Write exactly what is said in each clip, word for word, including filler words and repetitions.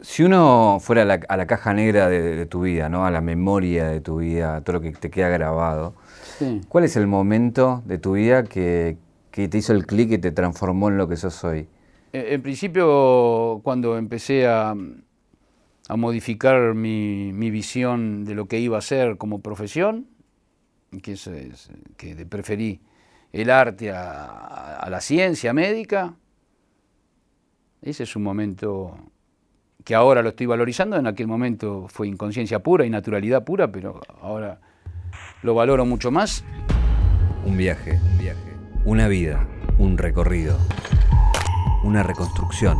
Si uno fuera a la, a la caja negra de, de tu vida, ¿no? A la memoria de tu vida, a todo lo que te queda grabado, Sí. ¿cuál es el momento de tu vida que, que te hizo el clic y te transformó en lo que sos hoy? En principio, cuando empecé a, a modificar mi, mi visión de lo que iba a ser como profesión, que, es, es, que preferí el arte a, a la ciencia médica, ese es un momento que ahora lo estoy valorizando. En aquel momento fue inconsciencia pura y naturalidad pura, pero ahora lo valoro mucho más. Un viaje, un viaje, una vida, un recorrido, una reconstrucción.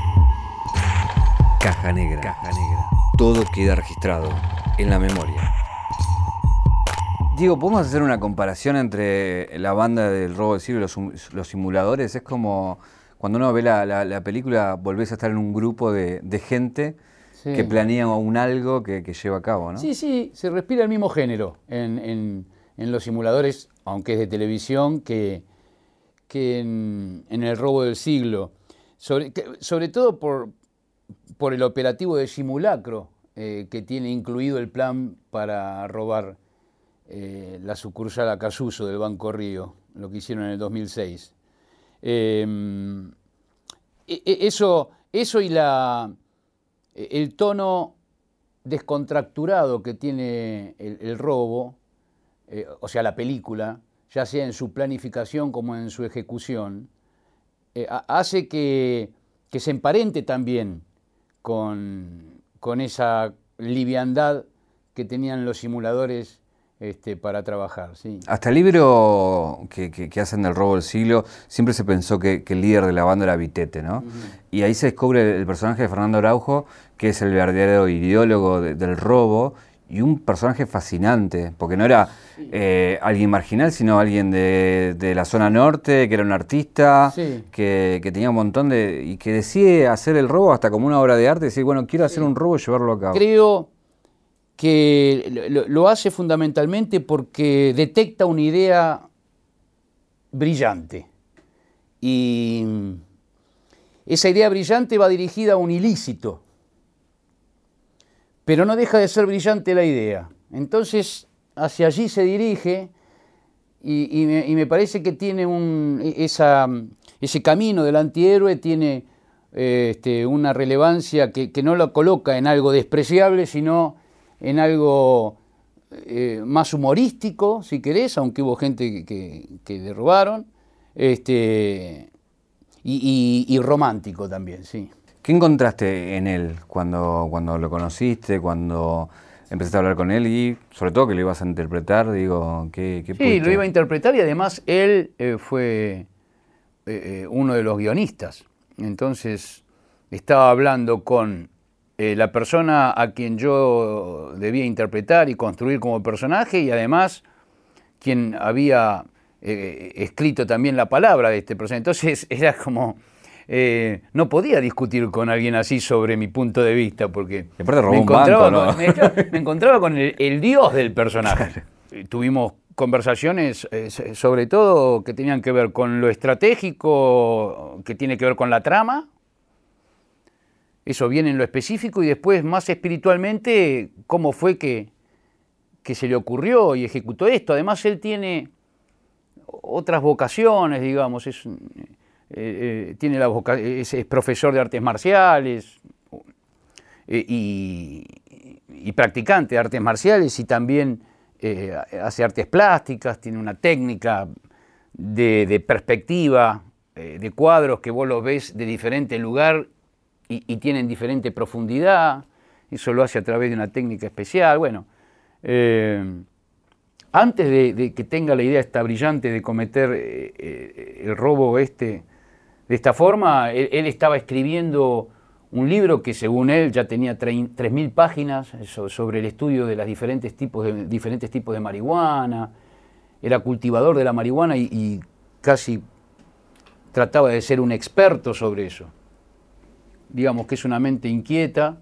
Caja negra, caja negra. Todo queda registrado en la memoria. Diego, ¿podemos hacer una comparación entre la banda del robo del siglo y los, los simuladores? Es como cuando uno ve la, la, la película, volvés a estar en un grupo de, de gente sí. que planea un algo que, que lleva a cabo, ¿no? Sí, sí, se respira el mismo género en, en, en los simuladores, aunque es de televisión, que, que en, en el robo del siglo. Sobre, que, sobre todo por, por el operativo de simulacro eh, que tiene incluido el plan para robar eh, la sucursal Acasuso del Banco Río, lo que hicieron en el dos mil seis. Eh, eso, eso y la, el tono descontracturado que tiene el, el robo, eh, o sea, la película, ya sea en su planificación como en su ejecución, eh, hace que, que se emparente también con, con esa liviandad que tenían los simuladores Este, para trabajar, sí. Hasta el libro que, que, que hacen del robo del siglo, siempre se pensó que, que el líder de la banda era Vitete, ¿no? Uh-huh. Y ahí se descubre el, el personaje de Fernando Araujo, que es el verdadero ideólogo de, del robo, y un personaje fascinante, porque no era sí. eh, alguien marginal, sino alguien de, de la zona norte, que era un artista, sí. que, que tenía un montón de... y que decide hacer el robo hasta como una obra de arte, decir, bueno, quiero sí. hacer un robo y llevarlo a cabo. Creo que lo, lo hace fundamentalmente porque detecta una idea brillante. Y esa idea brillante va dirigida a un ilícito, pero no deja de ser brillante la idea. Entonces, hacia allí se dirige y, y, me, y me parece que tiene un, esa, ese camino del antihéroe tiene eh, este, una relevancia que, que no lo coloca en algo despreciable, sino en algo eh, más humorístico, si querés, aunque hubo gente que, que, que derrobaron, este, y, y, y romántico también, sí. ¿Qué encontraste en él cuando, cuando lo conociste, cuando empezaste a hablar con él y sobre todo que lo ibas a interpretar? Digo, ¿qué, qué Sí, pudiste? lo iba a interpretar y además él eh, fue eh, uno de los guionistas. Entonces estaba hablando con Eh, la persona a quien yo debía interpretar y construir como personaje y además quien había eh, escrito también la palabra de este personaje. Entonces era como, eh, no podía discutir con alguien así sobre mi punto de vista porque me encontraba, banco, ¿no? con, me, me encontraba con el, el dios del personaje. Tuvimos conversaciones eh, sobre todo que tenían que ver con lo estratégico, que tiene que ver con la trama. Eso viene en lo específico y después más espiritualmente cómo fue que, que se le ocurrió y ejecutó esto. Además él tiene otras vocaciones, digamos, es, eh, eh, tiene la voca- es, es profesor de artes marciales eh, y, y practicante de artes marciales y también eh, hace artes plásticas, tiene una técnica de, de perspectiva, eh, de cuadros que vos los ves de diferente lugar Y, y tienen diferente profundidad, eso lo hace a través de una técnica especial. Bueno, eh, antes de, de que tenga la idea esta brillante de cometer eh, eh, el robo este de esta forma, él, él estaba escribiendo un libro que según él ya tenía tres mil páginas sobre el estudio de los diferentes tipos de, diferentes tipos de marihuana, era cultivador de la marihuana y, y casi trataba de ser un experto sobre eso. Digamos que es una mente inquieta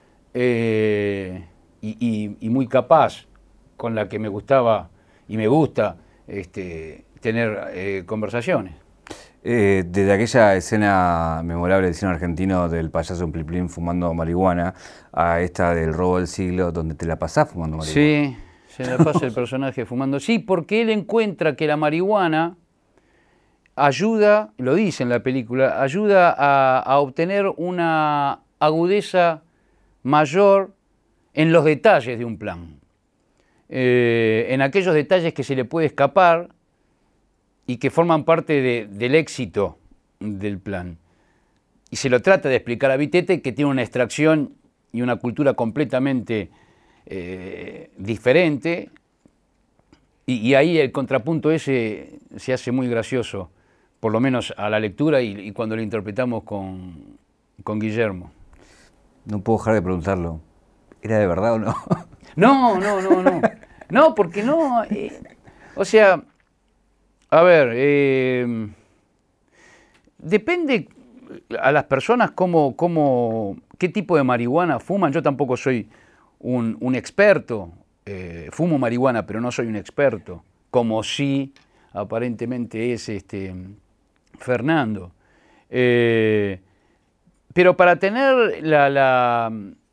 eh, y, y, y muy capaz, con la que me gustaba y me gusta este, tener eh, conversaciones. Eh, desde aquella escena memorable del cine argentino del payaso en Pliplín fumando marihuana a esta del robo del siglo, donde te la pasás fumando marihuana. Sí, se la pasa el personaje fumando. Sí, porque él encuentra que la marihuana ayuda, lo dice en la película, ayuda a, a obtener una agudeza mayor en los detalles de un plan. Eh, en aquellos detalles que se le puede escapar y que forman parte de, del éxito del plan. Y se lo trata de explicar a Vitete, que tiene una extracción y una cultura completamente eh, diferente, y, y ahí el contrapunto ese se hace muy gracioso, por lo menos a la lectura y, y cuando lo interpretamos con, con Guillermo. No puedo dejar de preguntarlo. ¿Era de verdad o no? No, no, no, no. No, porque no. Eh, o sea, a ver, eh, depende a las personas cómo, cómo, qué tipo de marihuana fuman. Yo tampoco soy un, un experto. Eh, fumo marihuana, pero no soy un experto. Como sí, aparentemente es este Fernando. Eh, pero para tener la, la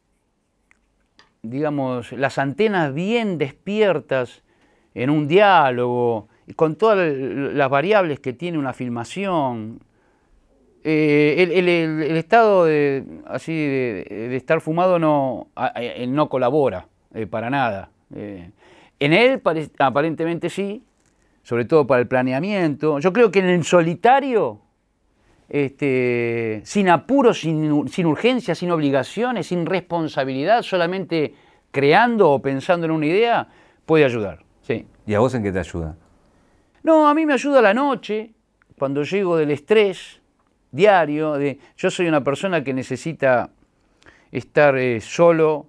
digamos, las antenas bien despiertas en un diálogo, y con todas las variables que tiene una filmación, eh, el, el, el estado de, así de, de estar fumado no, él no colabora eh, para nada. Eh, en él aparentemente sí, sobre todo para el planeamiento. Yo creo que en el solitario, este, sin apuro, sin, sin urgencia, sin obligaciones, sin responsabilidad, solamente creando o pensando en una idea, puede ayudar. Sí. ¿Y a vos en qué te ayuda? No, a mí me ayuda la noche, cuando llego del estrés diario. De, yo soy una persona que necesita estar eh, solo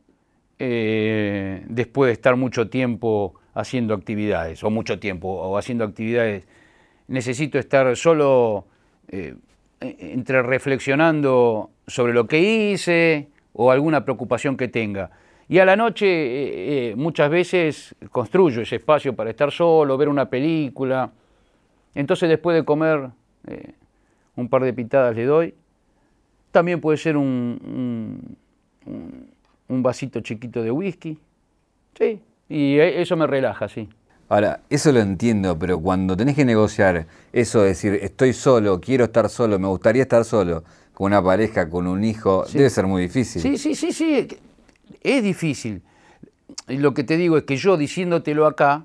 eh, después de estar mucho tiempo haciendo actividades, o mucho tiempo, o haciendo actividades. Necesito estar solo eh, entre reflexionando sobre lo que hice o alguna preocupación que tenga. Y a la noche eh, eh, muchas veces construyo ese espacio para estar solo, ver una película. Entonces después de comer eh, un par de pitadas le doy. También puede ser un, un, un vasito chiquito de whisky. Sí, y eso me relaja, sí. Ahora, eso lo entiendo, pero cuando tenés que negociar eso de decir, estoy solo, quiero estar solo, me gustaría estar solo, con una pareja, con un hijo, sí, debe ser muy difícil. Sí, sí, sí, sí, es difícil. Y lo que te digo es que yo, diciéndotelo acá,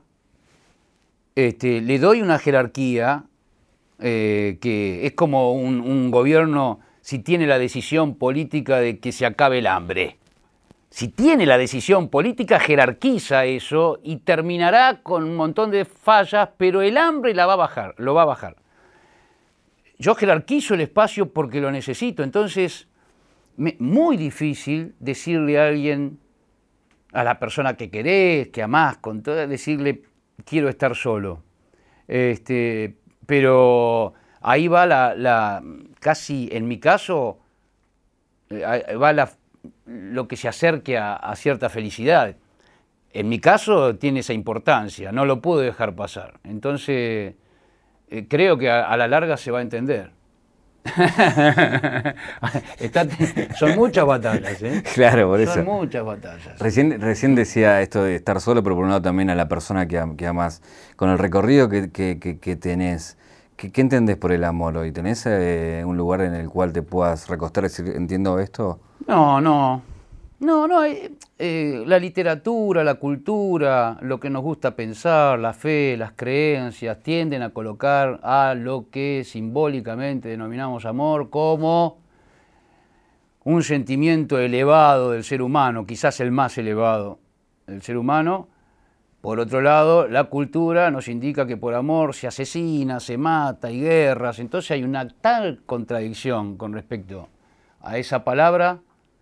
este, le doy una jerarquía eh, que es como un, un gobierno, si tiene la decisión política de que se acabe el hambre. Si tiene la decisión política, jerarquiza eso y terminará con un montón de fallas, pero el hambre la va a bajar, lo va a bajar. Yo jerarquizo el espacio porque lo necesito, entonces, me, muy difícil decirle a alguien, a la persona que querés, que amás, con todo, decirle, quiero estar solo. Este, pero ahí va la, la, casi en mi caso, va la lo que se acerque a, a cierta felicidad. En mi caso tiene esa importancia, no lo puedo dejar pasar. Entonces, eh, creo que a, a la larga se va a entender. Está, son muchas batallas, ¿eh? Claro, por eso. Son muchas batallas. Recién, recién decía esto de estar solo, pero por un lado también a la persona que, que amás. Con el recorrido que, que, que, que tenés, ¿qué, ¿qué entendés por el amor hoy? ¿Tenés eh, un lugar en el cual te puedas recostar y decir, entiendo esto? No, no, no, no, eh, eh, la literatura, la cultura, lo que nos gusta pensar, la fe, las creencias, tienden a colocar a lo que simbólicamente denominamos amor como un sentimiento elevado del ser humano, quizás el más elevado del ser humano. Por otro lado, la cultura nos indica que por amor se asesina, se mata, hay guerras, entonces hay una tal contradicción con respecto a esa palabra,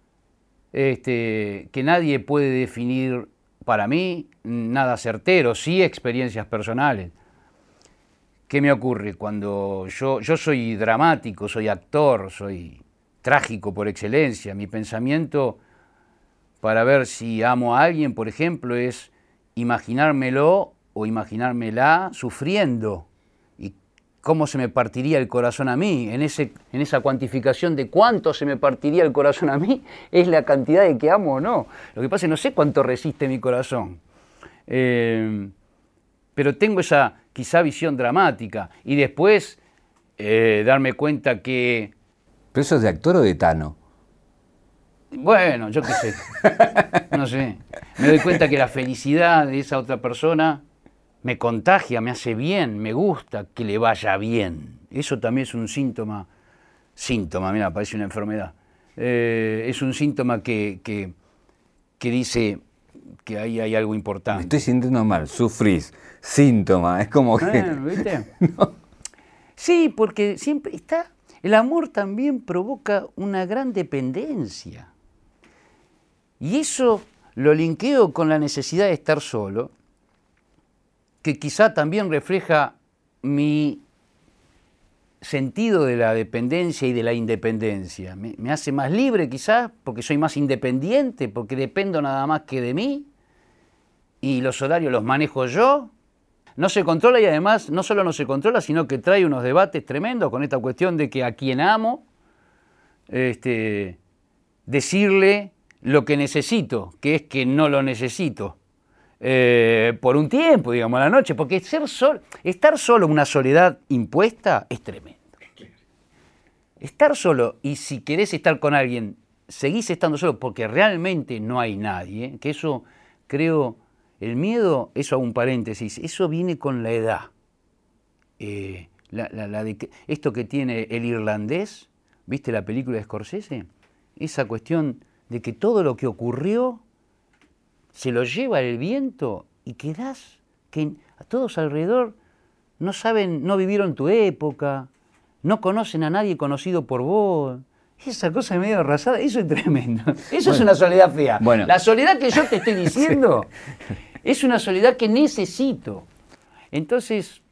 Este, que nadie puede definir para mí nada certero, sí experiencias personales. ¿Qué me ocurre? Cuando yo, yo soy dramático, soy actor, soy trágico por excelencia, mi pensamiento para ver si amo a alguien, por ejemplo, es imaginármelo o imaginármela sufriendo y cómo se me partiría el corazón a mí, en, ese, en esa cuantificación de cuánto se me partiría el corazón a mí, es la cantidad de que amo o no. Lo que pasa es que no sé cuánto resiste mi corazón. Eh, pero tengo esa quizá visión dramática. Y después eh, darme cuenta que... ¿Pero eso es de actor o de Tano? Bueno, yo qué sé. No sé. Me doy cuenta que la felicidad de esa otra persona me contagia, me hace bien, me gusta que le vaya bien. Eso también es un síntoma, síntoma, mira, parece una enfermedad. Eh, es un síntoma que, que, que dice que ahí hay algo importante. Me estoy sintiendo mal, sufrís, síntoma, es como que... Eh, ¿Viste? No. Sí, porque siempre está... El amor también provoca una gran dependencia. Y eso lo linkeo con la necesidad de estar solo, que quizá también refleja mi sentido de la dependencia y de la independencia. Me, me hace más libre quizás porque soy más independiente, porque dependo nada más que de mí y los horarios los manejo yo. No se controla y además no solo no se controla, sino que trae unos debates tremendos con esta cuestión de que a quien amo, este, decirle lo que necesito, que es que no lo necesito. Eh, por un tiempo, digamos, a la noche, porque ser sol, estar solo en una soledad impuesta es tremendo. Estar solo, y si querés estar con alguien, seguís estando solo porque realmente no hay nadie, ¿eh? Que eso, creo, el miedo, eso hago un paréntesis, eso viene con la edad. Eh, la, la, la de que, esto que tiene el irlandés, ¿viste la película de Scorsese? Esa cuestión de que todo lo que ocurrió se lo lleva el viento y quedás que a todos alrededor no saben, no vivieron tu época, no conocen a nadie conocido por vos. Esa cosa medio arrasada, eso es tremendo. Eso bueno, es una soledad fea. Bueno. La soledad que yo te estoy diciendo sí. Es una soledad que necesito. Entonces,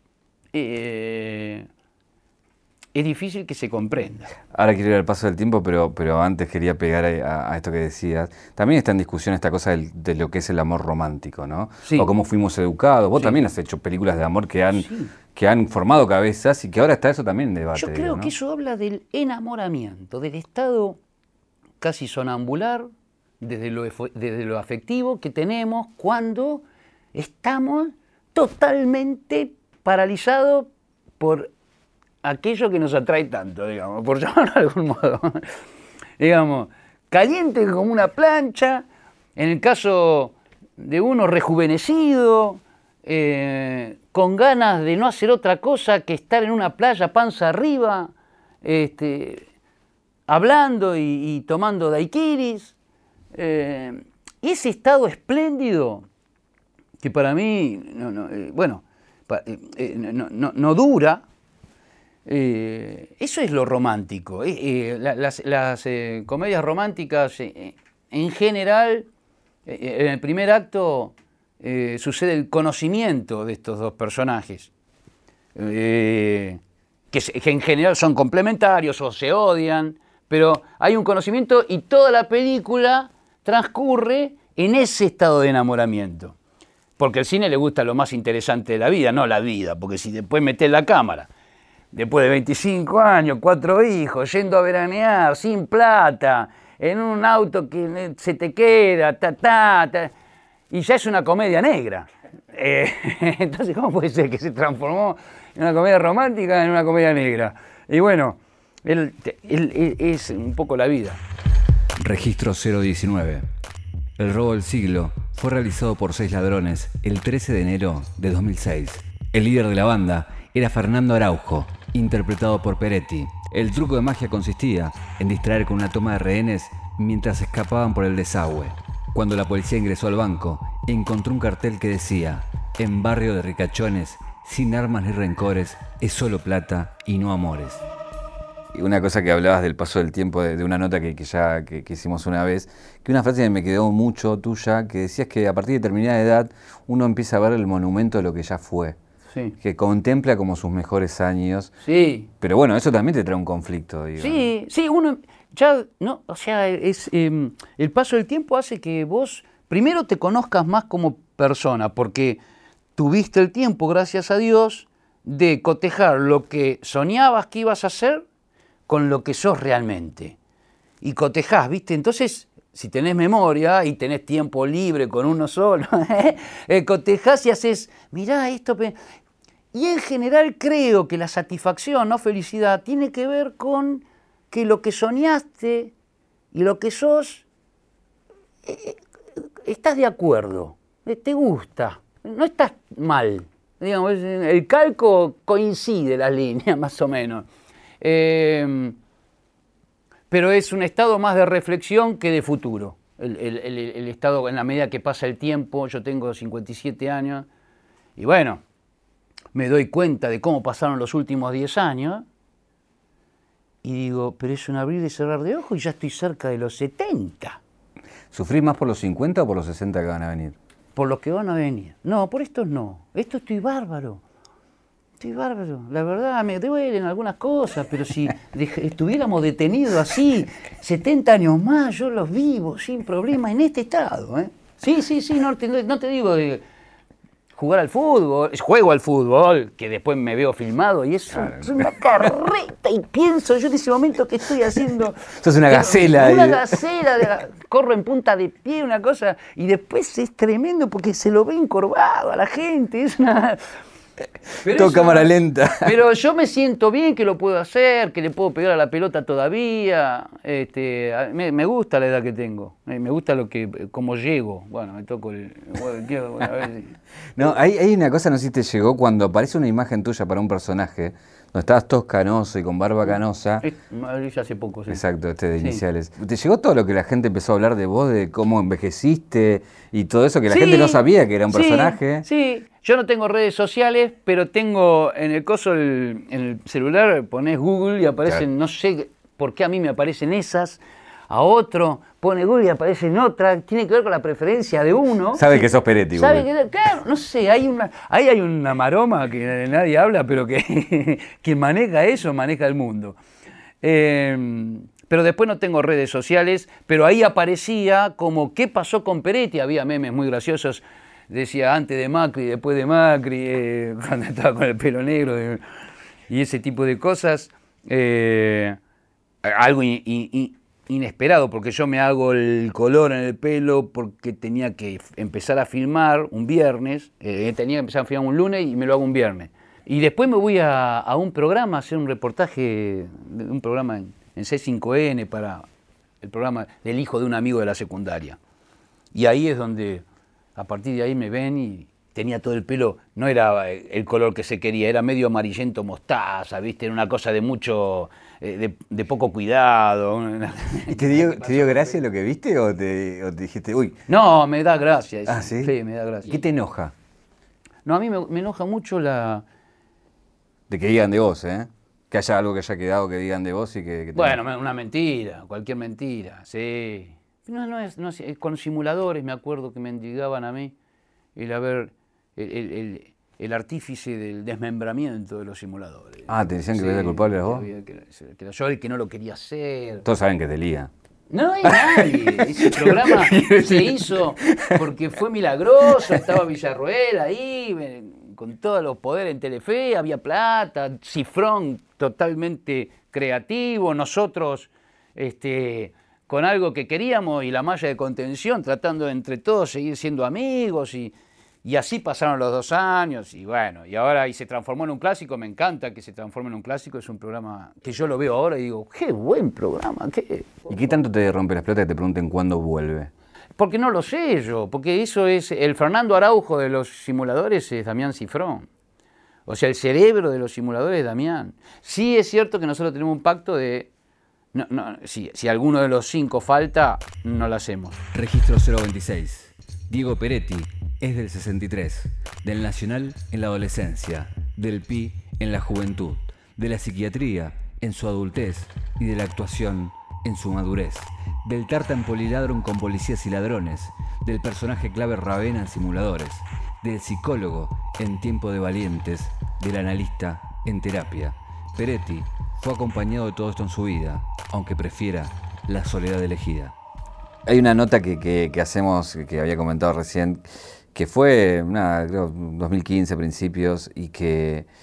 eh, es difícil que se comprenda. Ahora quiero ir al paso del tiempo, pero, pero antes quería pegar a, a esto que decías. También está en discusión esta cosa del, de lo que es el amor romántico, ¿no? Sí. O cómo fuimos educados. Vos sí. también has hecho películas de amor que han, sí. que han formado cabezas y que ahora está eso también en debate. Yo creo digo, ¿no? que eso habla del enamoramiento, del estado casi sonambular, desde lo, desde lo afectivo que tenemos cuando estamos totalmente paralizados por aquello que nos atrae tanto, digamos, por llamarlo de algún modo. Digamos, caliente como una plancha, en el caso de uno rejuvenecido, eh, con ganas de no hacer otra cosa que estar en una playa panza arriba, este, hablando y, y tomando daiquiris. Eh, ese estado espléndido, que para mí, no, no, eh, bueno, pa, eh, no, no, no dura. Eh, eso es lo romántico. Eh, eh, la, las las eh, comedias románticas, eh, en general, eh, en el primer acto eh, sucede el conocimiento de estos dos personajes, eh, que, que en general son complementarios o se odian, pero hay un conocimiento y toda la película transcurre en ese estado de enamoramiento. Porque al cine le gusta lo más interesante de la vida, no la vida, porque si después metés la cámara, después de veinticinco años, cuatro hijos, yendo a veranear, sin plata, en un auto que se te queda, ta, ta, ta, y ya es una comedia negra. Eh, entonces, ¿cómo puede ser que se transformó en una comedia romántica en una comedia negra? Y bueno, él, él, él es un poco la vida. Registro cero diecinueve. El robo del siglo fue realizado por seis ladrones el trece de enero de dos mil seis. El líder de la banda era Fernando Araujo, interpretado por Peretti. El truco de magia consistía en distraer con una toma de rehenes mientras escapaban por el desagüe. Cuando la policía ingresó al banco, encontró un cartel que decía: en barrio de ricachones, sin armas ni rencores, es solo plata y no amores. Y una cosa que hablabas del paso del tiempo, de, de una nota que, que ya que, que hicimos una vez, que una frase que me quedó mucho tuya, que decías que a partir de determinada edad uno empieza a ver el monumento de lo que ya fue. Sí. Que contempla como sus mejores años. Sí. Pero bueno, eso también te trae un conflicto, digo. Sí, sí, uno ya, no, o sea, es, eh, el paso del tiempo hace que vos primero te conozcas más como persona, porque tuviste el tiempo, gracias a Dios, de cotejar lo que soñabas que ibas a hacer con lo que sos realmente. Y cotejás, ¿viste? Entonces, si tenés memoria y tenés tiempo libre con uno solo, eh, cotejás y haces, mirá esto... Y en general creo que la satisfacción, no felicidad, tiene que ver con que lo que soñaste y lo que sos, eh, estás de acuerdo, eh, te gusta, no estás mal. Digamos, el calco coincide las líneas, más o menos. Eh, pero es un estado más de reflexión que de futuro. El, el, el, el estado, en la medida que pasa el tiempo, yo tengo cincuenta y siete años, y bueno, me doy cuenta de cómo pasaron los últimos diez años, y digo, pero es un abrir y cerrar de ojos y ya estoy cerca de los setenta. ¿Sufrís más por los cincuenta o por los sesenta que van a venir? Por los que van a venir. No, por estos no. Esto estoy bárbaro. Estoy bárbaro. La verdad, me duelen algunas cosas, pero si de- estuviéramos detenidos así setenta años más, yo los vivo sin problema en este estado, ¿eh? Sí, sí, sí, no te, no te digo de jugar al fútbol, juego al fútbol, que después me veo filmado y eso Claro. es una carreta y pienso yo en ese momento que estoy haciendo... Sos una gacela. Una ahí. gacela, de la- corro en punta de pie, una cosa, y después es tremendo porque se lo ve encorvado a la gente, es una... Pero Todo es cámara una- lenta. Pero yo me siento bien que lo puedo hacer, que le puedo pegar a la pelota todavía. Este, a- me, me gusta la edad que tengo, eh, me gusta lo que, cómo llego. Bueno, me toco el... bueno, quiero- bueno, a ver si- No, hay, hay una cosa, no sé si te llegó, cuando aparece una imagen tuya para un personaje, donde estabas todo canoso y con barba canosa. Eh, Madrid hace poco, sí. Exacto, este de Sí. iniciales. ¿Te llegó todo lo que la gente empezó a hablar de vos, de cómo envejeciste y todo eso, que la Sí, gente no sabía que era un sí, personaje? Sí, yo no tengo redes sociales, pero tengo en el coso, el- en el celular, ponés Google y aparecen, Claro. no sé por qué a mí me aparecen esas, a otro pone Google y aparecen otras, tiene que ver con la preferencia de uno. Sabe que sos Peretti, Sabe Google. que, claro, no sé, hay una, ahí hay una maroma que nadie habla, pero que quien maneja eso maneja el mundo. Eh, pero después no tengo redes sociales, pero ahí aparecía como qué pasó con Peretti, había memes muy graciosos, decía antes de Macri, después de Macri, eh, cuando estaba con el pelo negro eh, y ese tipo de cosas. Eh, algo in- in- in- inesperado, porque yo me hago el color en el pelo porque tenía que f- empezar a filmar un viernes, eh, tenía que empezar a filmar un lunes y me lo hago un viernes. Y después me voy a, a un programa, a hacer un reportaje, de un programa en, en C cinco N para el programa del hijo de un amigo de la secundaria. Y ahí es donde, a partir de ahí me ven y tenía todo el pelo, no era el color que se quería, era medio amarillento mostaza, ¿viste? Era una cosa de mucho, eh, de, de poco cuidado. ¿Y te dio, te dio gracia lo que viste o te, o te dijiste, uy, No, me da gracia eso. ah, sí? Sí, me da gracia. ¿Qué te enoja? No, a mí me, me enoja mucho la... De que digan de vos, ¿eh? Que haya algo que haya quedado que digan de vos y que... que te Bueno, enoje. una mentira, cualquier mentira, sí. No, no es, no es- con simuladores me acuerdo que me mendigaban a mí el haber, el, el- el- el artífice del desmembramiento de los simuladores. Ah, ¿te decían que eras culpable eras vos? Que, que- que era yo el que no lo quería hacer. Todos saben que te lía. No hay nadie. Ese programa se hizo porque fue milagroso. Estaba Villarroel ahí, eh, con todos los poderes en Telefe, había plata, Cifrón totalmente creativo, nosotros este, con algo que queríamos y la malla de contención, tratando de entre todos seguir siendo amigos y, y así pasaron los dos años y bueno, y ahora y se transformó en un clásico, me encanta que se transforme en un clásico, es un programa que yo lo veo ahora y digo, qué buen programa, qué... ¿Y qué tanto te rompe las pelotas que te pregunten cuándo vuelve? Porque no lo sé yo, porque eso es, el Fernando Araujo de los simuladores es Damián Cifrón. O sea, el cerebro de los simuladores es Damián. Sí es cierto que nosotros tenemos un pacto de, no, no, si, si alguno de los cinco falta, no lo hacemos. Registro cero veintiséis. Diego Peretti es del sesenta y tres, del Nacional en la adolescencia, del Pi I en la juventud, de la psiquiatría en su adultez y de la actuación en su madurez, del Tartan Poliladron con policías y ladrones, del personaje clave Ravena en simuladores, del psicólogo en Tiempo de Valientes, del analista en terapia. Peretti fue acompañado de todo esto en su vida, aunque prefiera la soledad elegida. Hay una nota que, que, que hacemos, que había comentado recién, que fue, nada, creo, dos mil quince, principios, y que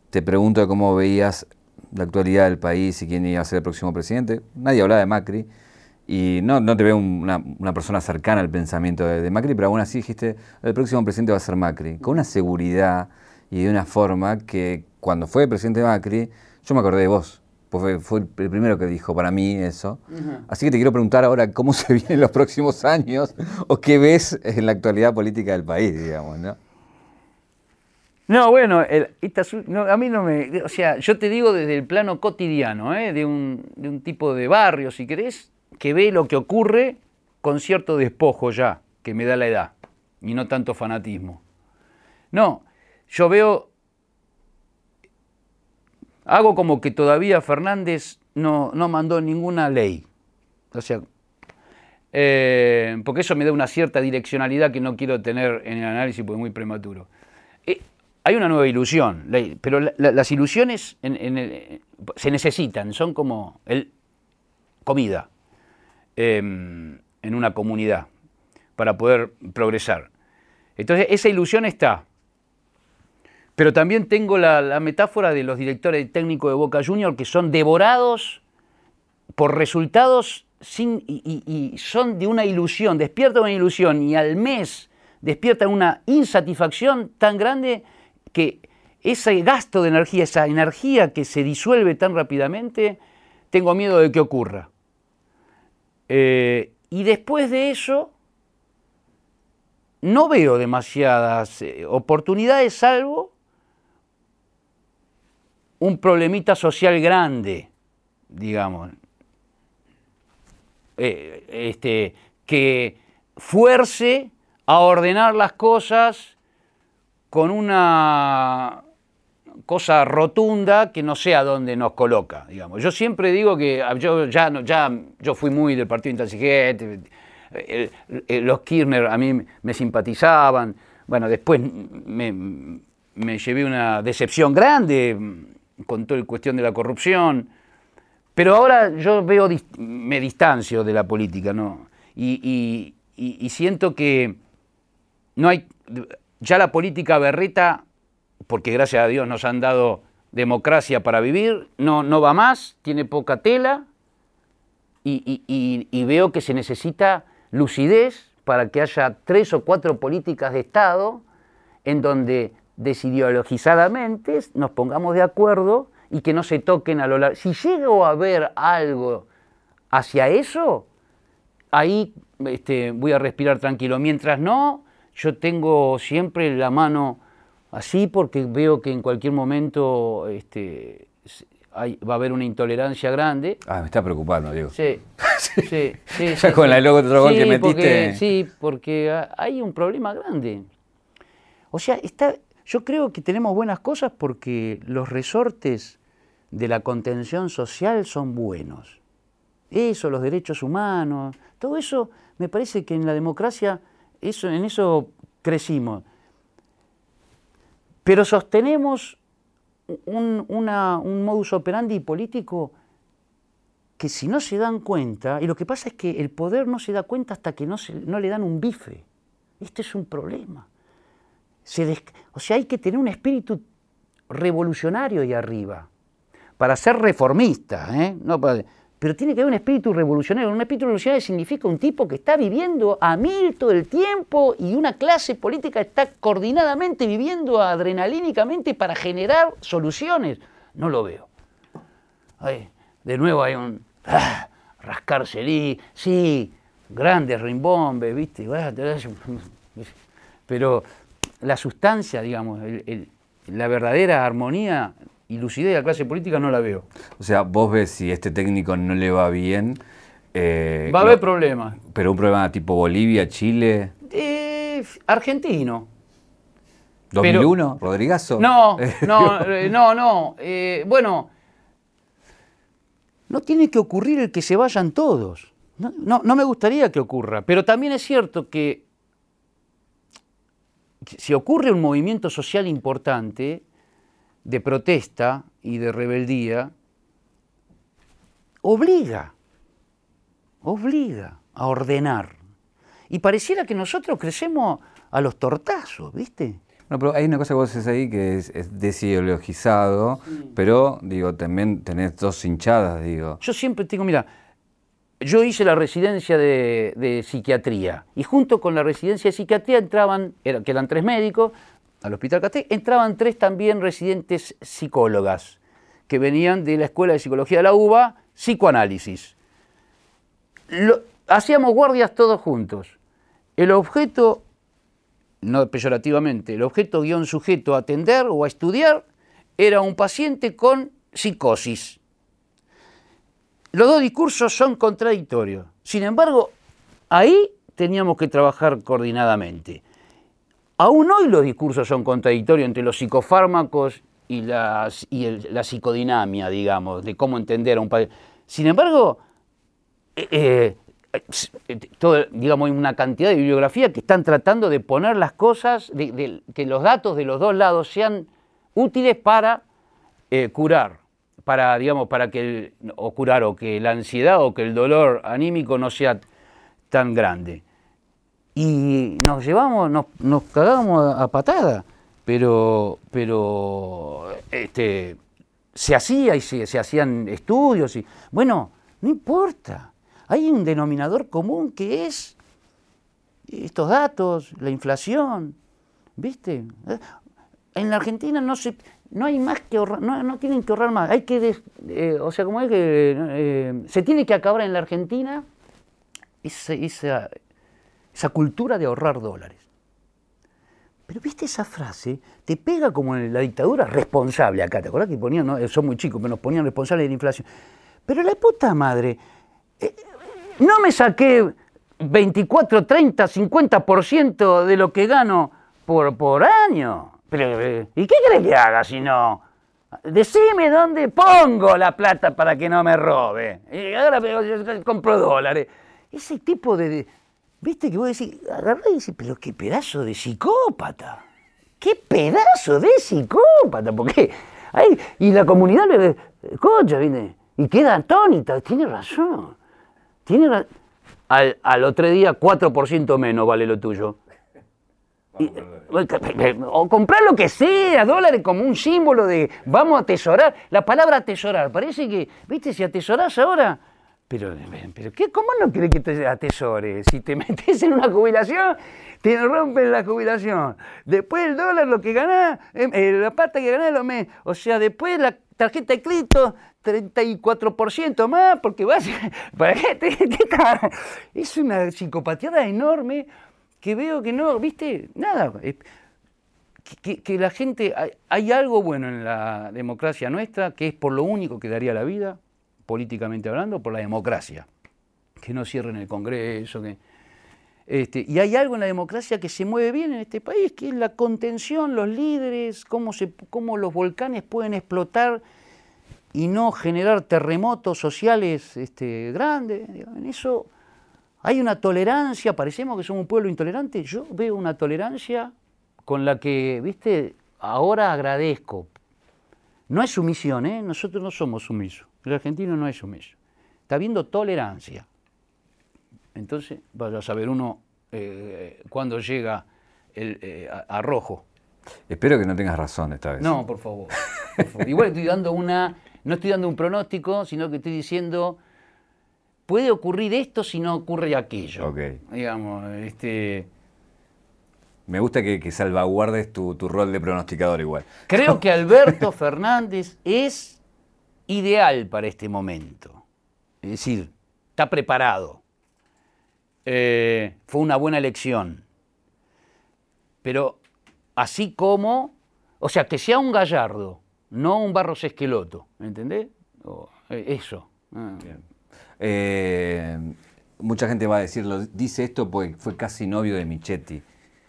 te pregunto de cómo veías la actualidad del país y quién iba a ser el próximo presidente. Nadie hablaba de Macri. Y no, no te veo una, una persona cercana al pensamiento de, de Macri, pero aún así dijiste, el próximo presidente va a ser Macri. Con una seguridad y de una forma que cuando fue presidente Macri, yo me acordé de vos. Fue, fue el primero que dijo para mí eso. Uh-huh. Así que te quiero preguntar ahora cómo se vienen los próximos años o qué ves en la actualidad política del país, digamos, ¿no? No, bueno, el, esta, no, a mí no me... O sea, yo te digo desde el plano cotidiano, ¿eh? de, un, de un tipo de barrio, si querés, que ve lo que ocurre con cierto despojo ya, que me da la edad, y no tanto fanatismo. No, yo veo... Hago como que todavía Fernández no, no mandó ninguna ley. O sea, eh, porque eso me da una cierta direccionalidad que no quiero tener en el análisis porque es muy prematuro. Eh, hay una nueva ilusión, pero la, la, las ilusiones en, en el, se necesitan, son como el, comida eh, en una comunidad para poder progresar. Entonces, esa ilusión está. Pero también tengo la, la metáfora de los directores técnicos de Boca Juniors que son devorados por resultados sin, y, y, y son de una ilusión, despiertan una ilusión y al mes despiertan una insatisfacción tan grande que ese gasto de energía, esa energía que se disuelve tan rápidamente, tengo miedo de que ocurra. Eh, y después de eso, no veo demasiadas eh, oportunidades, salvo un problemita social grande, digamos, eh, este, que fuerce a ordenar las cosas con una cosa rotunda que no sé a dónde nos coloca, digamos. Yo siempre digo que yo ya, no, ya yo fui muy del partido intransigente, el, el, los Kirchner a mí me simpatizaban, bueno, después me, me llevé una decepción grande con toda la cuestión de la corrupción, pero ahora yo veo, me distancio de la política, ¿no? Y, y, y, y siento que no hay, ya la política berreta, porque gracias a Dios nos han dado democracia para vivir, no, no va más, tiene poca tela, y, y, y, y veo que se necesita lucidez para que haya tres o cuatro políticas de Estado en donde desideologizadamente nos pongamos de acuerdo y que no se toquen a lo largo. Si llego a ver algo hacia eso, ahí este, voy a respirar tranquilo. Mientras no, yo tengo siempre la mano así porque veo que en cualquier momento este, hay, va a haber una intolerancia grande. Ah, me está preocupando, Diego. Sí, sí, sí. sí ya sí, con sí. la logo otro gol sí, que metiste. Porque, sí, porque hay un problema grande. O sea, está... Yo creo que tenemos buenas cosas porque los resortes de la contención social son buenos. Eso, los derechos humanos, todo eso, me parece que en la democracia, eso, en eso crecimos. Pero sostenemos un, una, un modus operandi político que si no se dan cuenta, y lo que pasa es que el poder no se da cuenta hasta que no, se, no le dan un bife. Este es un problema. Se des... O sea, hay que tener un espíritu revolucionario ahí arriba para ser reformista, ¿eh? No para... pero tiene que haber un espíritu revolucionario. Un espíritu revolucionario significa un tipo que está viviendo a mil todo el tiempo y una clase política está coordinadamente viviendo adrenalínicamente para generar soluciones. No lo veo. Ay, de nuevo hay un ah, rascarse el sí, grandes rimbombes, ¿viste? Pero la sustancia, digamos, el, el, la verdadera armonía y lucidez de la clase política no la veo. O sea, vos ves si este técnico no le va bien... Eh, va a haber no, problemas. ¿Pero un problema tipo Bolivia, Chile? Eh, argentino. ¿dos mil uno? Pero, ¿Rodrigazo? No, no, no, no. Eh, bueno, no tiene que ocurrir el que se vayan todos. No, no, no me gustaría que ocurra, pero también es cierto que si ocurre un movimiento social importante de protesta y de rebeldía, obliga, obliga a ordenar. Y pareciera que nosotros crecemos a los tortazos, ¿viste? No, pero hay una cosa que vos decís ahí que es, es desideologizado, sí. Pero, digo, también tenés dos hinchadas, digo. Yo siempre tengo, mira, yo hice la residencia de, de psiquiatría, y junto con la residencia de psiquiatría entraban, era, que eran tres médicos, al Hospital Castell, entraban tres también residentes psicólogas, que venían de la Escuela de Psicología de la UBA, psicoanálisis. Lo, hacíamos guardias todos juntos. El objeto, no peyorativamente, el objeto guión sujeto a atender o a estudiar era un paciente con psicosis. Los dos discursos son contradictorios. Sin embargo, ahí teníamos que trabajar coordinadamente. Aún hoy los discursos son contradictorios entre los psicofármacos y, las, y el, la psicodinamia, digamos, de cómo entender a un paciente. Sin embargo, eh, eh, todo, digamos, hay una cantidad de bibliografía que están tratando de poner las cosas, de, de, que los datos de los dos lados sean útiles para eh, curar. Para, digamos, para que el, o curar o que la ansiedad o que el dolor anímico no sea tan grande. Y nos llevamos, nos, nos cagamos a, a patada, pero, pero este, se hacía y se, se hacían estudios y bueno, no importa. Hay un denominador común que es estos datos, la inflación, ¿viste? En la Argentina no se... No hay más que ahorrar, no, no tienen que ahorrar más. Hay que, des, eh, o sea, como es que eh, se tiene que acabar en la Argentina esa, esa, esa cultura de ahorrar dólares. Pero viste esa frase, te pega como en la dictadura responsable acá, ¿te acordás que ponían, no, son muy chicos, pero nos ponían responsables de la inflación? Pero la puta madre, eh, no me saqué veinticuatro, treinta, cincuenta por ciento de lo que gano por, por año. Pero, ¿y qué crees que haga si no? Decime dónde pongo la plata para que no me robe. Y ahora compro dólares. Ese tipo de, de... ¿Viste que vos decís? Agarrá y decís, pero qué pedazo de psicópata. ¡Qué pedazo de psicópata! Porque ahí, y la comunidad le escucha, ¿viste? Y queda atónita. Tiene razón. Tiene razón. Al, al otro día, cuatro por ciento menos vale lo tuyo. Y, o comprar lo que sea, dólares como un símbolo de vamos a atesorar. La palabra atesorar, parece que, viste, si atesorás ahora, pero, pero ¿qué, ¿cómo no querés que te atesores? Si te metes en una jubilación, te rompen la jubilación. Después el dólar, lo que ganás, eh, la plata que ganás, lo mes. O sea, después la tarjeta de crédito, treinta y cuatro por ciento más, porque vas, ¿para qué? ¿Qué, qué tal? Es una psicopateada enorme. Que veo que no, ¿viste? Nada. Que, que, que la gente... Hay, hay algo bueno en la democracia nuestra, que es por lo único que daría la vida, políticamente hablando, por la democracia. Que no cierren el Congreso. Que, este, y hay algo en la democracia que se mueve bien en este país, que es la contención, los líderes, cómo, se, cómo los volcanes pueden explotar y no generar terremotos sociales este, grandes. En eso... Hay una tolerancia, parecemos que somos un pueblo intolerante. Yo veo una tolerancia con la que, viste, ahora agradezco. No es sumisión, ¿eh? Nosotros no somos sumisos. El argentino no es sumiso. Está habiendo tolerancia. Entonces, vaya a saber uno eh, cuándo llega el, eh, a, a rojo. Espero que no tengas razón esta vez. No, por favor. Por favor. Igual estoy dando una, no estoy dando un pronóstico, sino que estoy diciendo... Puede ocurrir esto si no ocurre aquello. Ok. Digamos, este... Me gusta que, que salvaguardes tu, tu rol de pronosticador igual. Creo que Alberto Fernández es ideal para este momento. Es decir, está preparado. Eh, fue una buena elección. Pero así como... O sea, que sea un Gallardo, no un Barros Esqueloto. ¿Me entendés? O, eh, eso. Ah. Bien. Eh, mucha gente va a decirlo, dice esto porque fue casi novio de Michetti.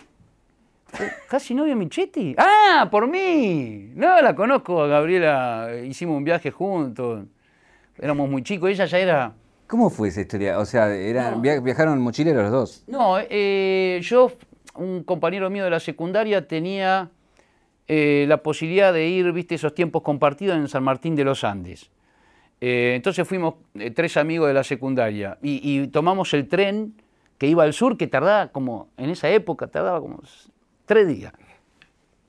¿Casi novio de Michetti? ¡Ah, por mí! No, la conozco a Gabriela, hicimos un viaje juntos, éramos muy chicos, ella ya era... ¿Cómo fue esa historia? O sea, era, no. ¿viajaron mochileros los dos? No, eh, yo, un compañero mío de la secundaria tenía eh, la posibilidad de ir, viste, esos tiempos compartidos en San Martín de los Andes. Eh, entonces fuimos eh, tres amigos de la secundaria y, y tomamos el tren que iba al sur, que tardaba como, en esa época, tardaba como tres días.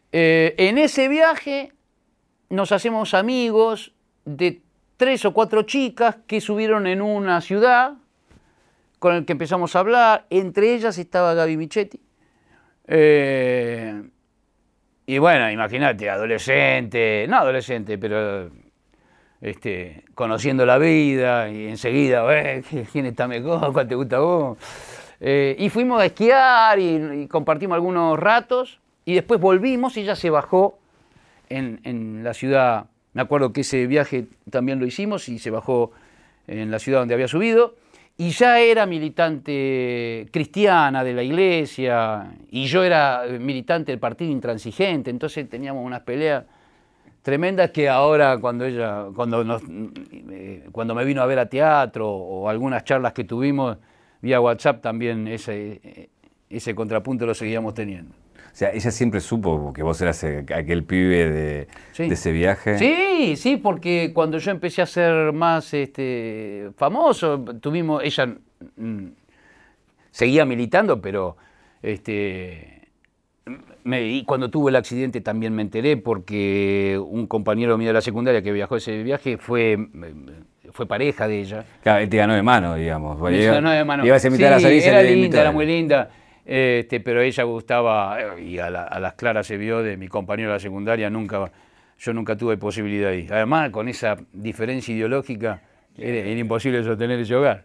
Eh, en ese viaje nos hacemos amigos de tres o cuatro chicas que subieron en una ciudad con el que empezamos a hablar. Entre ellas estaba Gaby Michetti. Eh, y bueno, imagínate, adolescente, no adolescente, pero este, conociendo la vida y enseguida, eh, ¿quién está mejor? ¿Cuál te gusta a vos? Eh, y fuimos a esquiar y, y compartimos algunos ratos y después volvimos y ella se bajó en, en la ciudad. Me acuerdo que ese viaje también lo hicimos y se bajó en la ciudad donde había subido. Y ya era militante cristiana de la iglesia y yo era militante del Partido Intransigente, entonces teníamos unas peleas tremendas que ahora cuando ella, cuando, nos, eh, cuando me vino a ver a teatro o algunas charlas que tuvimos vía WhatsApp también ese, ese contrapunto lo seguíamos teniendo. O sea, ella siempre supo que vos eras aquel pibe de, sí. de ese viaje. Sí, sí, porque cuando yo empecé a ser más este, famoso, tuvimos, ella mm, seguía militando, pero este, me, y cuando tuve el accidente también me enteré porque un compañero mío de la secundaria que viajó ese viaje fue, fue pareja de ella. Claro, él te ganó de mano, digamos. Me ganó de mano. Ibas a invitar sí, a salir. Era linda, era muy linda. Este, pero ella gustaba, y a, la, a las claras se vio de mi compañero de la secundaria, nunca, yo nunca tuve posibilidad ahí. Además, con esa diferencia ideológica, era, era imposible sostener ese hogar.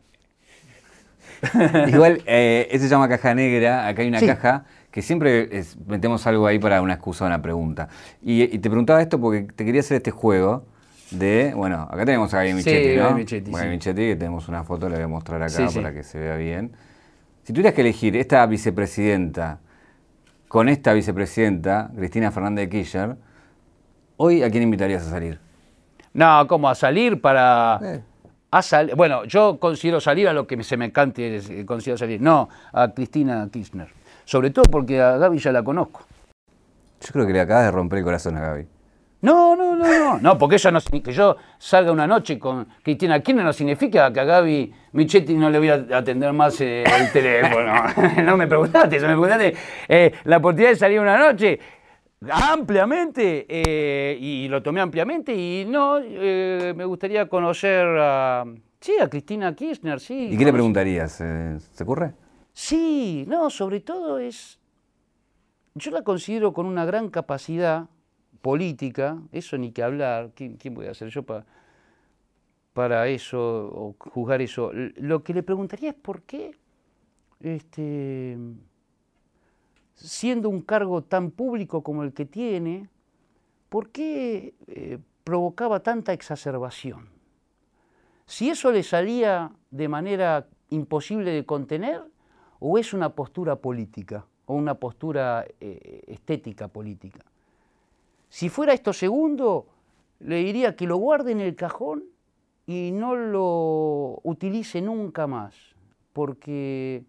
Igual, eh, ese se llama caja negra, acá hay una sí. caja que siempre es, metemos algo ahí para una excusa o una pregunta. Y, y te preguntaba esto porque te quería hacer este juego de, bueno, acá tenemos a Gaby Michetti, sí, ¿no? Gaby Michetti, Gaby sí. Michetti, que tenemos una foto, la voy a mostrar acá sí, para sí. que se vea bien. Si tuvieras que elegir esta vicepresidenta con esta vicepresidenta, Cristina Fernández de Kirchner, ¿hoy a quién invitarías a salir? No, ¿cómo? ¿A salir para...? Eh. A sal... Bueno, yo considero salir a lo que se me cante, considero salir. No, a Cristina Kirchner. Sobre todo porque a Gaby ya la conozco. Yo creo que le acabas de romper el corazón a Gaby. No, no, no, no, no, porque ella no, que yo salga una noche con Cristina Kirchner no significa que a Gaby Michetti no le voy a atender más eh, el teléfono. No me preguntaste, eso me preguntaste eh, la oportunidad de salir una noche ampliamente eh, y lo tomé ampliamente y no, eh, me gustaría conocer a, sí, a Cristina Kirchner, sí. ¿Y qué le preguntarías? Eh, ¿Se ocurre? Sí, no, sobre todo es, yo la considero con una gran capacidad política, eso ni que hablar, ¿quién, quién voy a ser yo para, para eso o juzgar eso? Lo que le preguntaría es por qué, este, siendo un cargo tan público como el que tiene, ¿por qué eh, provocaba tanta exacerbación? Si eso le salía de manera imposible de contener, o es una postura política, o una postura eh, estética política. Si fuera esto segundo, le diría que lo guarde en el cajón y no lo utilice nunca más, porque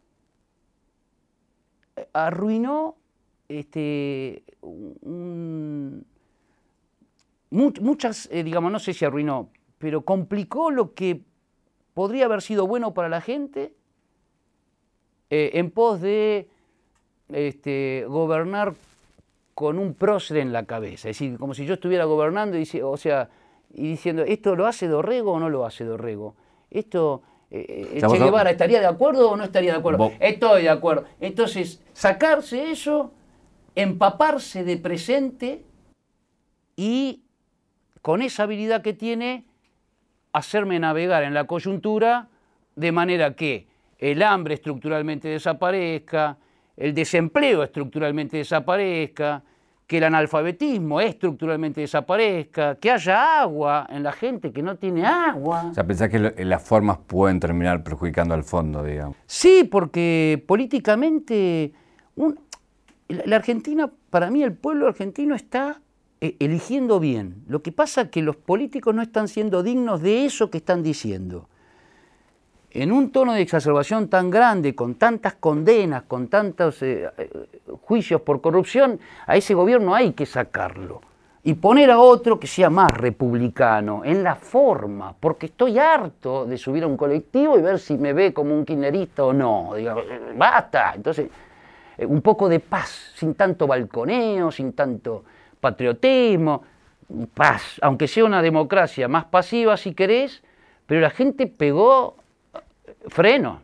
arruinó este, un, muchas, eh, digamos, no sé si arruinó, pero complicó lo que podría haber sido bueno para la gente eh, en pos de este, gobernar con un prócer en la cabeza, es decir, como si yo estuviera gobernando y, o sea, y diciendo, ¿esto lo hace Dorrego o no lo hace Dorrego? ¿Esto eh, Che Guevara estaría de acuerdo o no estaría de acuerdo? ¿Vos? Estoy de acuerdo. Entonces, sacarse eso, empaparse de presente y con esa habilidad que tiene, hacerme navegar en la coyuntura de manera que el hambre estructuralmente desaparezca, el desempleo estructuralmente desaparezca, que el analfabetismo estructuralmente desaparezca, que haya agua en la gente que no tiene agua. O sea, ¿pensás que lo, las formas pueden terminar perjudicando al fondo, digamos? Sí, porque políticamente un, la Argentina, para mí el pueblo argentino está eh, eligiendo bien. Lo que pasa es que los políticos no están siendo dignos de eso que están diciendo. En un tono de exacerbación tan grande, con tantas condenas, con tantos eh, juicios por corrupción, a ese gobierno hay que sacarlo y poner a otro que sea más republicano, en la forma, porque estoy harto de subir a un colectivo y ver si me ve como un kirchnerista o no. Digo, basta. Entonces, eh, un poco de paz, sin tanto balconeo, sin tanto patriotismo, paz, aunque sea una democracia más pasiva si querés, pero la gente pegó freno.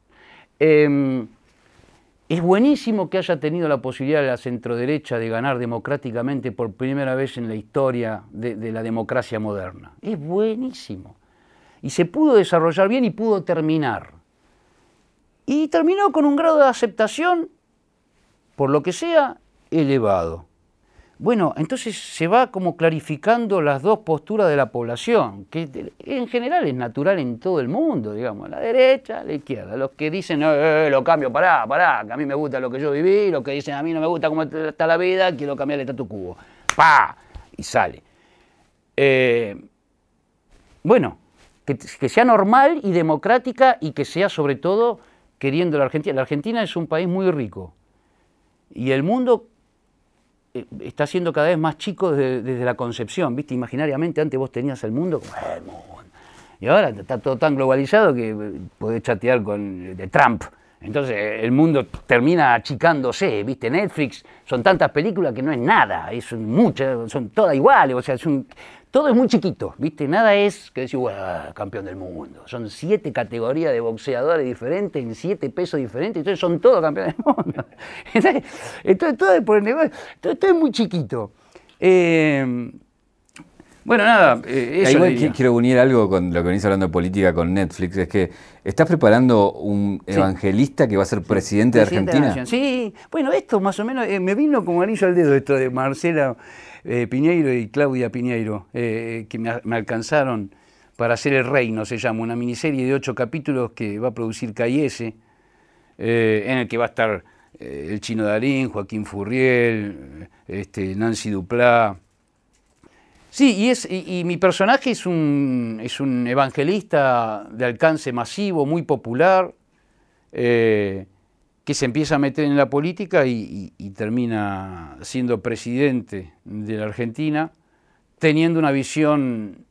Eh, es buenísimo que haya tenido la posibilidad de la centroderecha de ganar democráticamente por primera vez en la historia de, de la democracia moderna. Es buenísimo. Y se pudo desarrollar bien y pudo terminar. Y terminó con un grado de aceptación, por lo que sea, elevado. Bueno, entonces se va como clarificando las dos posturas de la población, que en general es natural en todo el mundo, digamos, la derecha, la izquierda. Los que dicen, eh, lo cambio, pará, pará, que a mí me gusta lo que yo viví, los que dicen, a mí no me gusta cómo está la vida, quiero cambiar el statu quo. ¡Pah! Y sale. Eh, bueno, que, que sea normal y democrática y que sea sobre todo queriendo la Argentina. La Argentina es un país muy rico y el mundo está siendo cada vez más chico desde, desde la concepción, ¿viste? Imaginariamente antes vos tenías el mundo como el mundo. Y ahora está todo tan globalizado que podés chatear con de Trump. Entonces el mundo termina achicándose, ¿viste? Netflix, son tantas películas que no es nada, es muchas, son todas iguales, o sea, es un, todo es muy chiquito, ¿viste? Nada es que decir, bueno, campeón del mundo. Son siete categorías de boxeadores diferentes, en siete pesos diferentes, entonces son todos campeones del mundo. Entonces, entonces todo, es por el negocio, todo, todo es muy chiquito. Eh, bueno, nada, eh, eso Igual quiero unir algo con lo que venís hablando de política con Netflix, es que estás preparando un sí. evangelista que va a ser presidente, sí, de Argentina. De sí, bueno, esto más o menos, eh, me vino como anillo al dedo esto de Marcela eh, Piñeiro y Claudia Piñeiro, eh, que me, me alcanzaron para hacer El Reino, se llama, una miniserie de ocho capítulos que va a producir Cayese, eh, en el que va a estar eh, el Chino Darín, Joaquín Furriel, este, Nancy Duplá. Sí, y, es, y, y mi personaje es un, es un evangelista de alcance masivo, muy popular, eh, que se empieza a meter en la política y, y, y termina siendo presidente de la Argentina, teniendo una visión,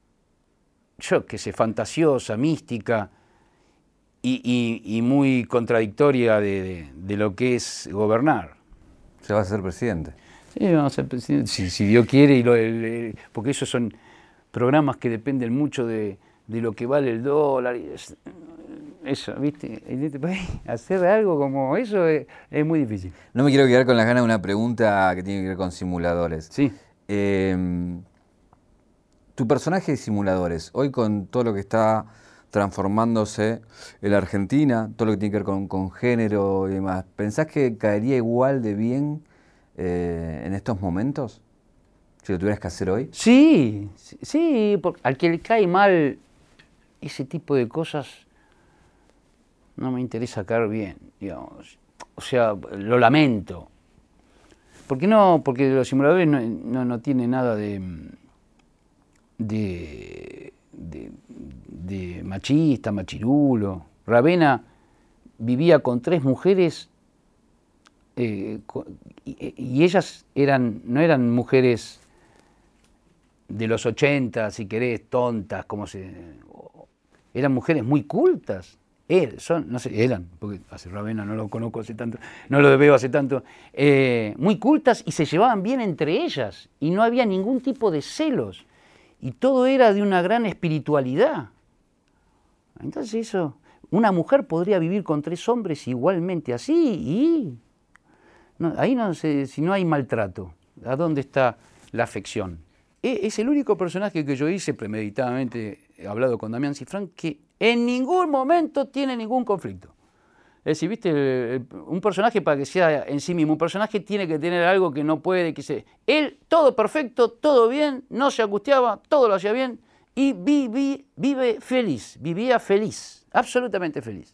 yo qué sé, fantasiosa, mística y, y, y muy contradictoria de, de, de lo que es gobernar. Se va a ser presidente. Sí, vamos a ser presidente, si, si Dios quiere, y lo, el, el, porque esos son programas que dependen mucho de, de lo que vale el dólar. Y es, eso, ¿viste? En este país, hacer algo como eso es, es muy difícil. No me quiero quedar con las ganas de una pregunta que tiene que ver con simuladores. Sí. Eh, tu personaje de simuladores, hoy con todo lo que está transformándose en la Argentina, todo lo que tiene que ver con, con género y demás, ¿pensás que caería igual de bien Eh, en estos momentos, si lo tuvieras que hacer hoy? Sí, sí, porque al que le cae mal ese tipo de cosas, no me interesa caer bien, digamos. O sea, lo lamento. ¿Por qué no? Porque los simuladores no, no, no tienen nada de, de, de, de machista, machirulo. Ravenna vivía con tres mujeres Eh, y, y ellas eran, no eran mujeres de los ochenta, si querés, tontas, como se, eran mujeres muy cultas. Er, son, no sé, eran, porque hace Ravenna no lo conozco hace tanto, no lo veo hace tanto, eh, muy cultas y se llevaban bien entre ellas y no había ningún tipo de celos y todo era de una gran espiritualidad. Entonces eso, una mujer podría vivir con tres hombres igualmente así y... No, ahí no sé, si no hay maltrato, ¿a dónde está la afección? Es, es el único personaje que yo hice premeditadamente, he hablado con Damián Cifrán, que en ningún momento tiene ningún conflicto. Es decir, viste, el, el, un personaje para que sea en sí mismo, un personaje tiene que tener algo que no puede, que se... Él, todo perfecto, todo bien, no se angustiaba, todo lo hacía bien y vi, vi, vive feliz, vivía feliz, absolutamente feliz.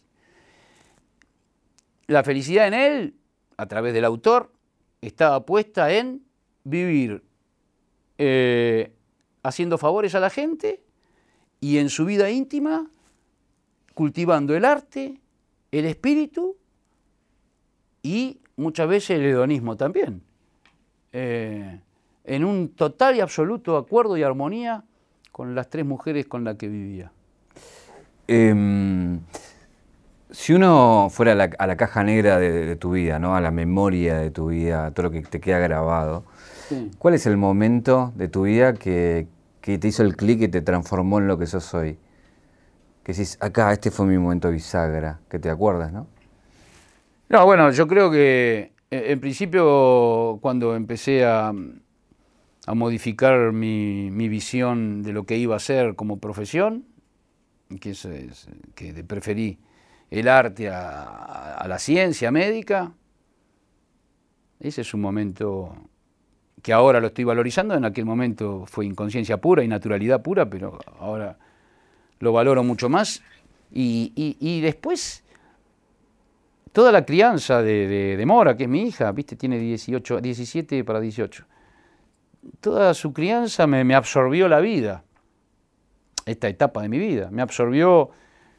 La felicidad en él, a través del autor, estaba puesta en vivir eh, haciendo favores a la gente y en su vida íntima cultivando el arte, el espíritu y muchas veces el hedonismo también, eh, en un total y absoluto acuerdo y armonía con las tres mujeres con las que vivía. Eh, Si uno fuera a la, a la caja negra de, de tu vida, ¿no? A la memoria de tu vida, a todo lo que te queda grabado, sí. ¿Cuál es el momento de tu vida que, que te hizo el clic y te transformó en lo que sos hoy? Que decís, acá, este fue mi momento bisagra, que te acuerdas, ¿no? No, bueno, yo creo que en principio cuando empecé a, a modificar mi, mi visión de lo que iba a ser como profesión, que, es, es, que preferí el arte a, a la ciencia médica, ese es un momento que ahora lo estoy valorizando, en aquel momento fue inconsciencia pura y naturalidad pura, pero ahora lo valoro mucho más. Y, y, y después, toda la crianza de, de, de Mora, que es mi hija, ¿viste? Tiene dieciocho, diecisiete para dieciocho. Toda su crianza me, me absorbió la vida, esta etapa de mi vida, me absorbió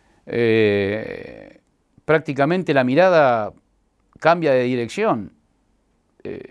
eh, prácticamente la mirada cambia de dirección. Eh,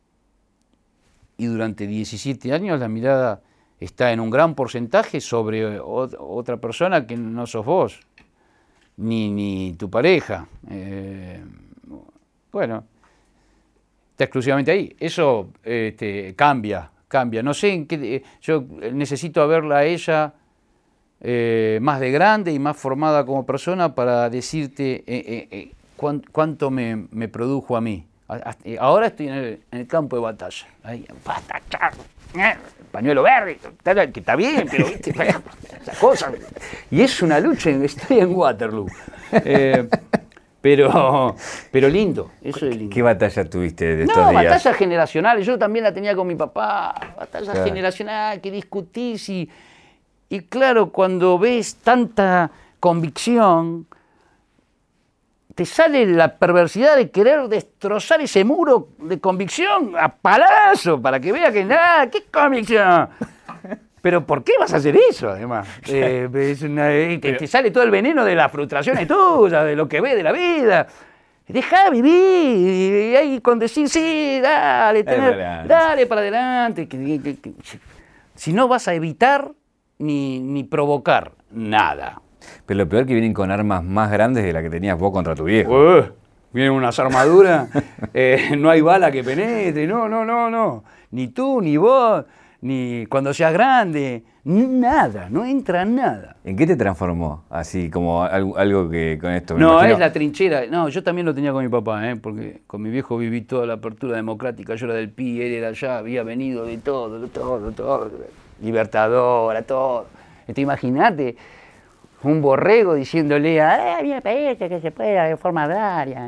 y durante diecisiete años la mirada está en un gran porcentaje sobre o, otra persona que no sos vos, ni, ni tu pareja. Eh, bueno, está exclusivamente ahí. Eso este, cambia, cambia. No sé en qué. Yo necesito verla a ella eh, más de grande y más formada como persona para decirte eh, eh, eh, cuán, cuánto me, me produjo a mí. Ahora estoy en el, en el campo de batalla. Ahí, basta, pañuelo verde, que está bien, pero ¿viste? Esas cosas. Y es una lucha, estoy en Waterloo. Eh, pero, pero lindo, eso es lindo. ¿Qué batalla tuviste de estos no, días? batallas generacionales, yo también la tenía con mi papá, batallas claro. generacionales que discutís y, y claro, cuando ves tanta convicción, te sale la perversidad de querer destrozar ese muro de convicción a palazo para que vea que nada, ¿qué convicción? Pero ¿por qué vas a hacer eso, además? Eh, es una, te, te sale todo el veneno de las frustraciones tuyas, de lo que ves de la vida. Deja vivir, y ahí con decir, sí, dale, tener, dale para adelante. Que, que, que, que, si no vas a evitar ni, ni provocar nada. Pero lo peor es que vienen con armas más grandes de las que tenías vos contra tu viejo. Uh, vienen unas armaduras, eh, no hay bala que penetre, no, no, no, no. Ni tú, ni vos, ni cuando seas grande, nada, no entra nada. ¿En qué te transformó? Así como algo, algo que con esto me No, imagino... es la trinchera. No, yo también lo tenía con mi papá, ¿eh? Porque con mi viejo viví toda la apertura democrática. Yo era del P I, él era allá, había venido de todo, de todo, de todo. Libertadora, todo. Entonces, imagínate un borrego diciéndole a mí me parece que se pueda de forma agraria.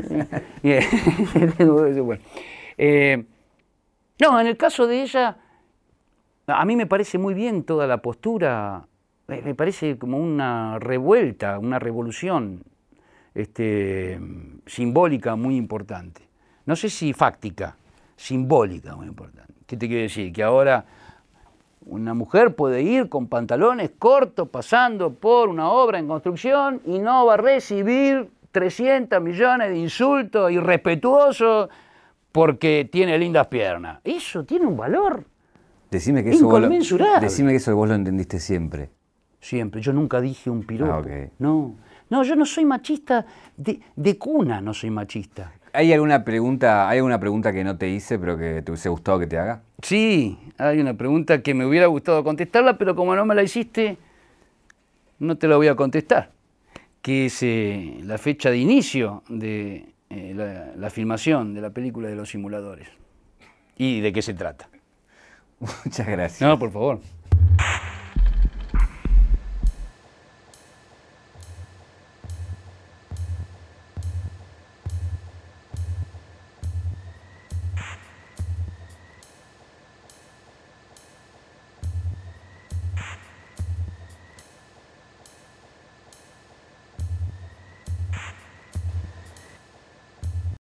Bueno, eh, no, en el caso de ella, a mí me parece muy bien toda la postura, me parece como una revuelta, una revolución este, simbólica muy importante. No sé si fáctica, simbólica muy importante. ¿Qué te quiero decir? Que ahora una mujer puede ir con pantalones cortos pasando por una obra en construcción y no va a recibir trescientos millones de insultos irrespetuosos porque tiene lindas piernas. Eso tiene un valor decime que eso inconmensurable. Vos lo, decime que eso vos lo entendiste siempre. Siempre. Yo nunca dije un piropo. Ah, okay. No, no, yo no soy machista. De, de cuna no soy machista. ¿Hay alguna pregunta, hay alguna pregunta que no te hice, pero que te hubiese gustado que te haga? Sí, hay una pregunta que me hubiera gustado contestarla, pero como no me la hiciste, no te la voy a contestar. Que es eh, la fecha de inicio de eh, la, la filmación de la película de Los Simuladores. ¿Y de qué se trata? Muchas gracias. No, por favor.